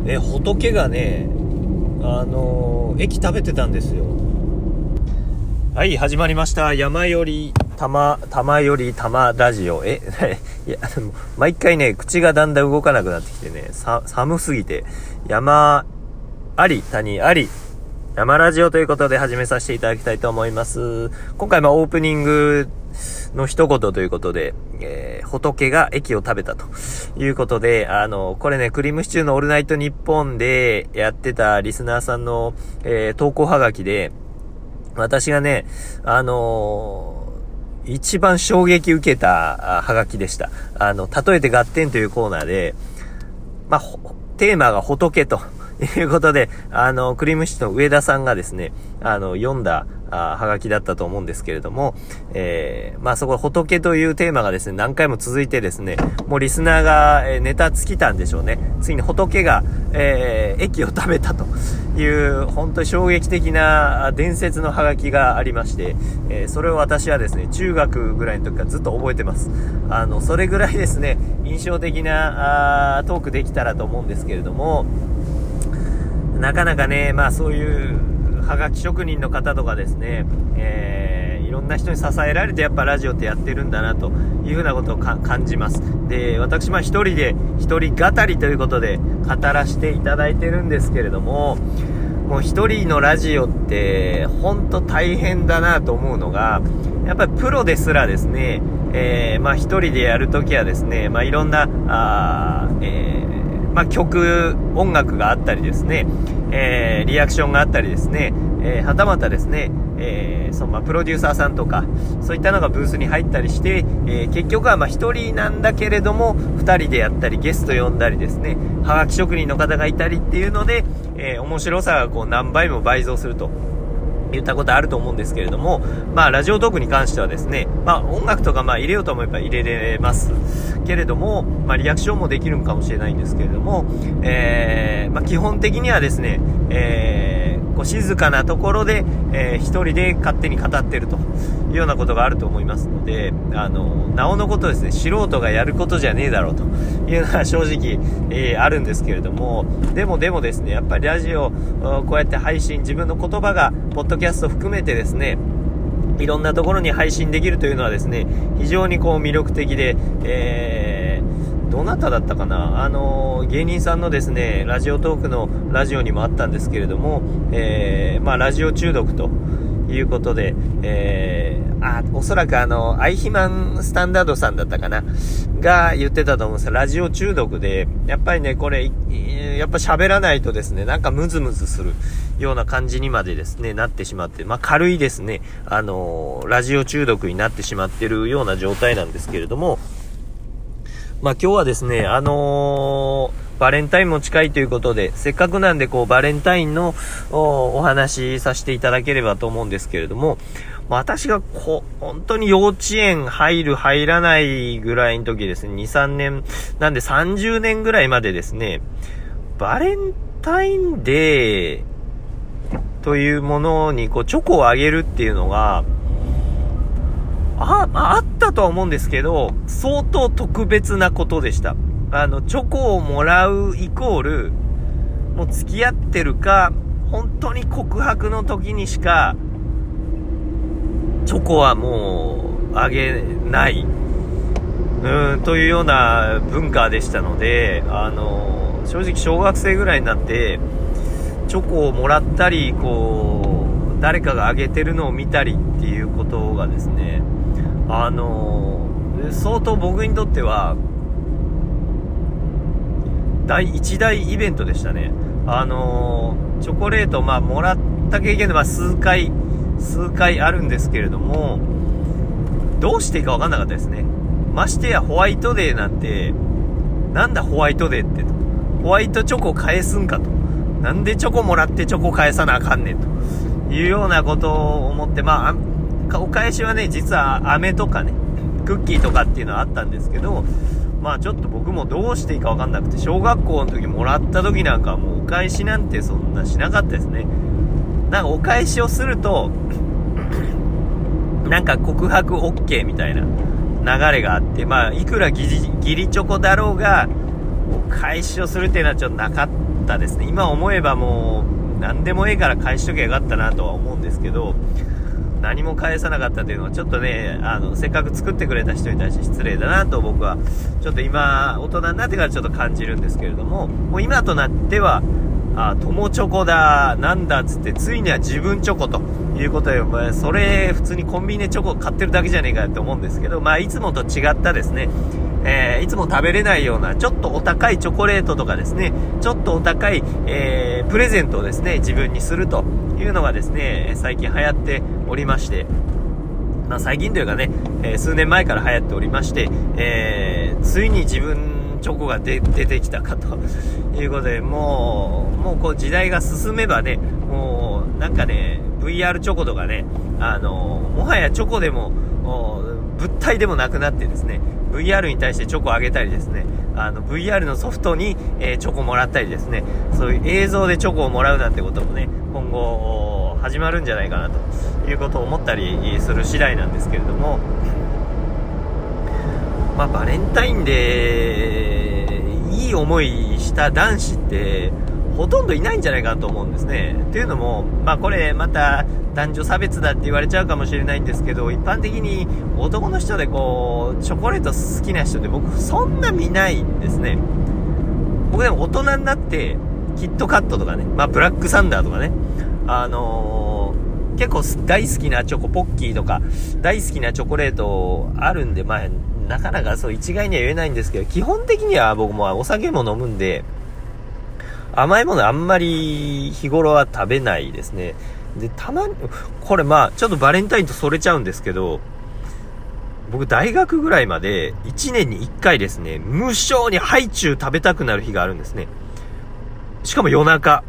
仏がね、駅食べてたんですよ。はい、始まりました。山より玉より玉ラジオ。いや、毎回ね、口がだんだん動かなくなってきてね、寒すぎて、山あり、谷あり、山ラジオということで始めさせていただきたいと思います。今回オープニングの一言ということで、仏が駅を食べたということで、これね、クリームシチューのオールナイトニッポンでやってたリスナーさんの、投稿はがきで、私がね、一番衝撃受けたはがきでした。例えて合点というコーナーで、テーマが仏ということで、クリームシチューの上田さんがですね、読んだはがきだったと思うんですけれども、そこ仏というテーマがですね、何回も続いてですね、もうリスナーが、ネタ尽きたんでしょうね。次に仏が、駅を食べたという、本当に衝撃的な伝説のはがきがありまして、それを私はですね、中学ぐらいの時からずっと覚えてます。それぐらいですね、印象的なトークできたらと思うんですけれども、なかなかね、そういうはがき職人の方とかですね、いろんな人に支えられてやっぱラジオってやってるんだなというふうなことを感じます。で、私一人語りということで語らせていただいてるんですけれども、もう一人のラジオって本当大変だなと思うのが、やっぱりプロですらですね、一人でやるときはですね、いろんな音楽があったりですね、リアクションがあったりですね、はたまたですね、プロデューサーさんとかそういったのがブースに入ったりして、結局は一人なんだけれども二人でやったりゲスト呼んだりですね、はがき職人の方がいたりっていうので、面白さが何倍も倍増すると言ったことあると思うんですけれども、ラジオトークに関してはですね、音楽とか入れようと思えば入れれますけれども、リアクションもできるのかもしれないんですけれども、基本的にはですね、静かなところで、一人で勝手に語ってるというようなことがあると思いますので、なおのことですね、素人がやることじゃねえだろうというのは正直、あるんですけれども、でもですね、やっぱりラジオこうやって配信、自分の言葉がポッドキャスト含めてですね、いろんなところに配信できるというのはですね、非常に魅力的で、どなただったかな、芸人さんのですね、ラジオトークのラジオにもあったんですけれども、ラジオ中毒ということで、おそらくアイヒマンスタンダードさんだったかなが言ってたと思うんですが、ラジオ中毒で、やっぱりね、これ、やっぱ喋らないとですね、なんかムズムズするような感じにまでですね、なってしまって、軽いですね、ラジオ中毒になってしまっているような状態なんですけれども、今日はですね、バレンタインも近いということで、せっかくなんでバレンタインのお話させていただければと思うんですけれども、私が本当に幼稚園入らないぐらいの時ですね、2、3年、なんで30年ぐらいまでですね、バレンタインデーというものにチョコをあげるっていうのが、あったとは思うんですけど、相当特別なことでした。チョコをもらうイコール、もう付き合ってるか、本当に告白の時にしか、チョコはもうあげない、というような文化でしたので、正直小学生ぐらいになって、チョコをもらったり、誰かがあげてるのを見たりっていうことがですね、相当僕にとっては一大イベントでしたね。チョコレートもらった経験で数回あるんですけれども、どうしていいか分かんなかったですね。ましてやホワイトデーなんて、なんだホワイトデーってと、ホワイトチョコ返すんかと、なんでチョコもらってチョコ返さなあかんねんというようなことを思って、お返しはね、実は飴とかね、クッキーとかっていうのはあったんですけど、ちょっと僕もどうしていいか分かんなくて、小学校の時もらった時なんかもうお返しなんてそんなしなかったですね。なんかお返しをするとなんか告白 OK みたいな流れがあって、いくらギリチョコだろうがお返しをするっていうのはちょっとなかっったですね。今思えばもう何でもええから返しときゃよかったなとは思うんですけど、何も返さなかったというのはちょっとね、せっかく作ってくれた人に対して失礼だなと僕はちょっと今大人になってからちょっと感じるんですけれども、もう今となっては友チョコだなんだっつってついには自分チョコということで、それ普通にコンビニでチョコ買ってるだけじゃねえかって思うんですけど、いつもと違ったですね、いつも食べれないようなちょっとお高いチョコレートとかですね、ちょっとお高い、プレゼントをですね自分にするというのがですね最近流行っておりまして、最近というかね、数年前から流行っておりまして、ついに自分チョコが出てきたかということで、もうこう時代が進めばね、もうなんかね VR チョコとかね、もはやチョコでも物体でもなくなってですね、 VR に対してチョコあげたりですね、VR のソフトに、チョコもらったりですね、そういう映像でチョコをもらうなんてこともね今後始まるんじゃないかなということを思ったりする次第なんですけれども、バレンタインでいい思いした男子ってほとんどいないんじゃないかなと思うんですね。というのも、これまた男女差別だって言われちゃうかもしれないんですけど、一般的に男の人でこうチョコレート好きな人って僕そんな見ないんですね。僕でも大人になってキットカットとかね、ブラックサンダーとかね、結構大好きなチョコ、ポッキーとか大好きなチョコレートあるんで、なかなかそう一概には言えないんですけど、基本的には僕もお酒も飲むんで甘いものあんまり日頃は食べないですね。で、たまにこれちょっとバレンタインとそれちゃうんですけど、僕大学ぐらいまで1年に1回ですね、無性にハイチュウ食べたくなる日があるんですね。しかも夜中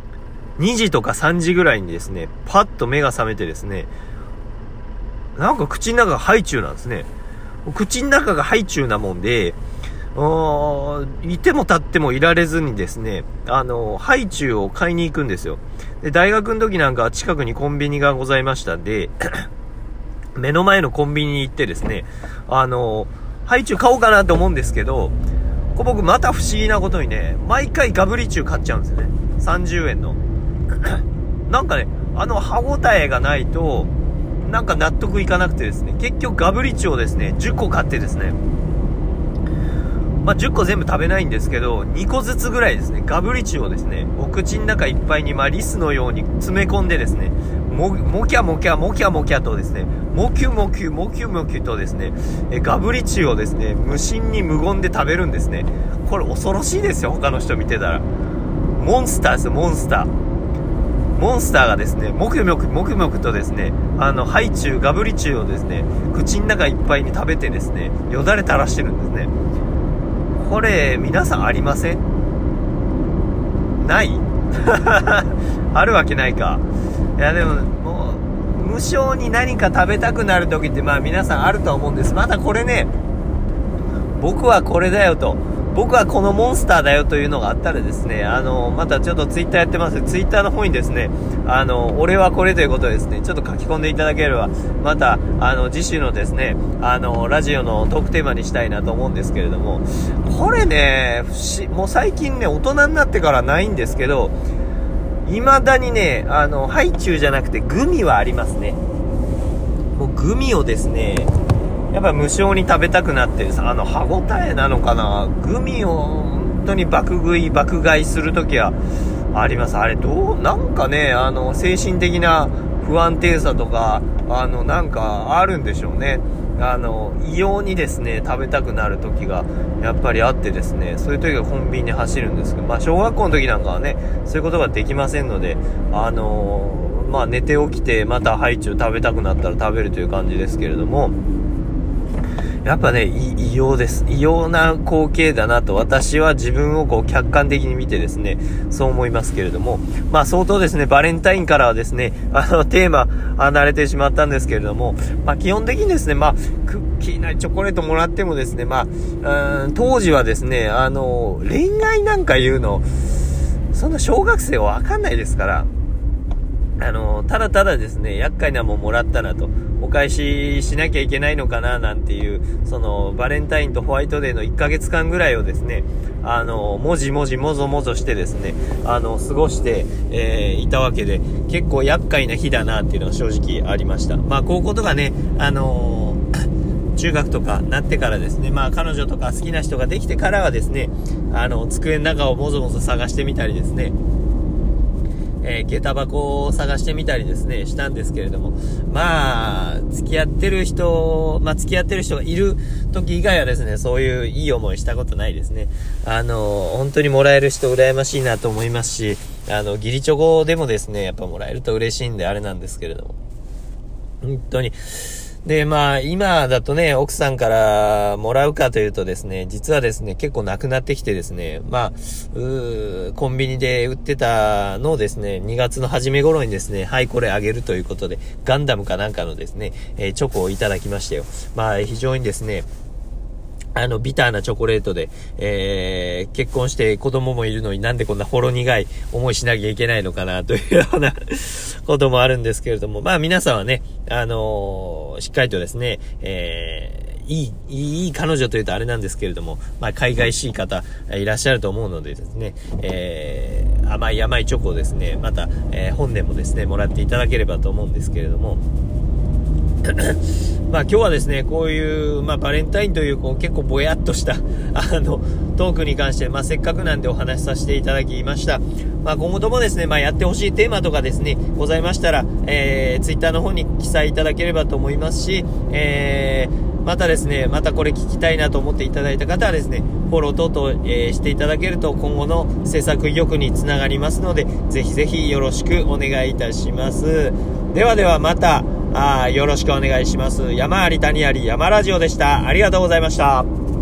2時とか3時ぐらいにですね、パッと目が覚めてですね、なんか口の中がハイチュウなんですね。口の中がハイチュウなもんで、いても立ってもいられずにですね、ハイチュウを買いに行くんですよ。で、大学の時なんか近くにコンビニがございましたんで目の前のコンビニに行ってですね、ハイチュウ買おうかなと思うんですけど、僕また不思議なことにね、毎回ガブリチュウ買っちゃうんですよね。30円のなんかね、歯応えがないとなんか納得いかなくてですね、結局ガブリチュウをですね10個買ってですね、10個全部食べないんですけど2個ずつぐらいですね、ガブリチュウをですねお口の中いっぱいにリスのように詰め込んでですね、もきゃもきゃもきゃもきゃとですね、もきゅもきゅもきゅもきゅとですね、ガブリチュウをですね無心に無言で食べるんですね。これ恐ろしいですよ、他の人見てたら。モンスターですよ、モンスターがですね、もくもくもくもくとですね、ハイチュウ、ガブリチュウをですね、口の中いっぱいに食べてですね、よだれ垂らしてるんですね。これ、皆さんありません？ないあるわけないか。いや、でも、もう、無性に何か食べたくなる時って、皆さんあるとは思うんです。またこれね、僕はこれだよと。僕はこのモンスターだよというのがあったらですね、またちょっとツイッターやってます。ツイッターの方にですね、俺はこれということでですね、ちょっと書き込んでいただければ、また、次週のですね、ラジオのトークテーマにしたいなと思うんですけれども、これね、もう最近ね、大人になってからないんですけど、未だにね、ハイチュウじゃなくてグミはありますね。もうグミをですね、やっぱ無性に食べたくなって歯応えなのかな、グミを本当に爆買いするときはあります。あれなんかね、精神的な不安定さとかなんかあるんでしょうね。異様にですね食べたくなる時がやっぱりあってですね、そういう時はコンビニに走るんですけど、小学校の時なんかはねそういうことができませんので、寝て起きてまたハイチュウ食べたくなったら食べるという感じですけれども、やっぱね、異様です。異様な光景だなと私は自分をこう客観的に見てですね、そう思いますけれども、相当ですね、バレンタインからはですね、テーマ離れてしまったんですけれども、基本的にですね、クッキーなりチョコレートもらってもですね、当時はですね、恋愛なんか言うの、そんな小学生はわかんないですから、 ただただですね、厄介なもんもらったなと、お返ししなきゃいけないのかななんていう、バレンタインとホワイトデーの1ヶ月間ぐらいをですね、もじもぞしてですね、過ごして、いたわけで、結構厄介な日だなっていうのは正直ありました。まあ、こういうことがね、中学とかなってからですね、まあ彼女とか好きな人ができてからはですね、机の中をもぞもぞ探してみたりですね、下駄箱を探してみたりですね、したんですけれども、まあ、付き合ってる人がいる時以外はですね、そういういい思いしたことないですね。本当にもらえる人羨ましいなと思いますし、義理チョコでもですね、やっぱもらえると嬉しいんであれなんですけれども、本当に、で、まあ、今だとね、奥さんからもらうかというとですね、実はですね、結構なくなってきてですね、まあ、コンビニで売ってたのをですね、2月の初め頃にですね、はい、これあげるということで、ガンダムかなんかのですね、チョコをいただきましたよ。まあ、非常にですね、ビターなチョコレートで、結婚して子供もいるのになんでこんなほろ苦い思いしなきゃいけないのかなというようなこともあるんですけれども、まあ皆さんはね、しっかりとですね、いい彼女というとあれなんですけれども、まあ海外しい方いらっしゃると思うのでですね、甘いチョコをですね、また、本年もですね、もらっていただければと思うんですけれども、まあ今日はですね、こういう、まあバレンタインという、結構ぼやっとした、トークに関して、まあせっかくなんでお話しさせていただきました。まあ今後ともですね、まあやってほしいテーマとかですね、ございましたら、ツイッターの方に記載いただければと思いますし、またですね、またこれ聞きたいなと思っていただいた方はですね、フォロー等々、していただけると今後の制作意欲につながりますので、ぜひぜひよろしくお願いいたします。ではまた、よろしくお願いします。山あり谷あり山ラジオでした。ありがとうございました。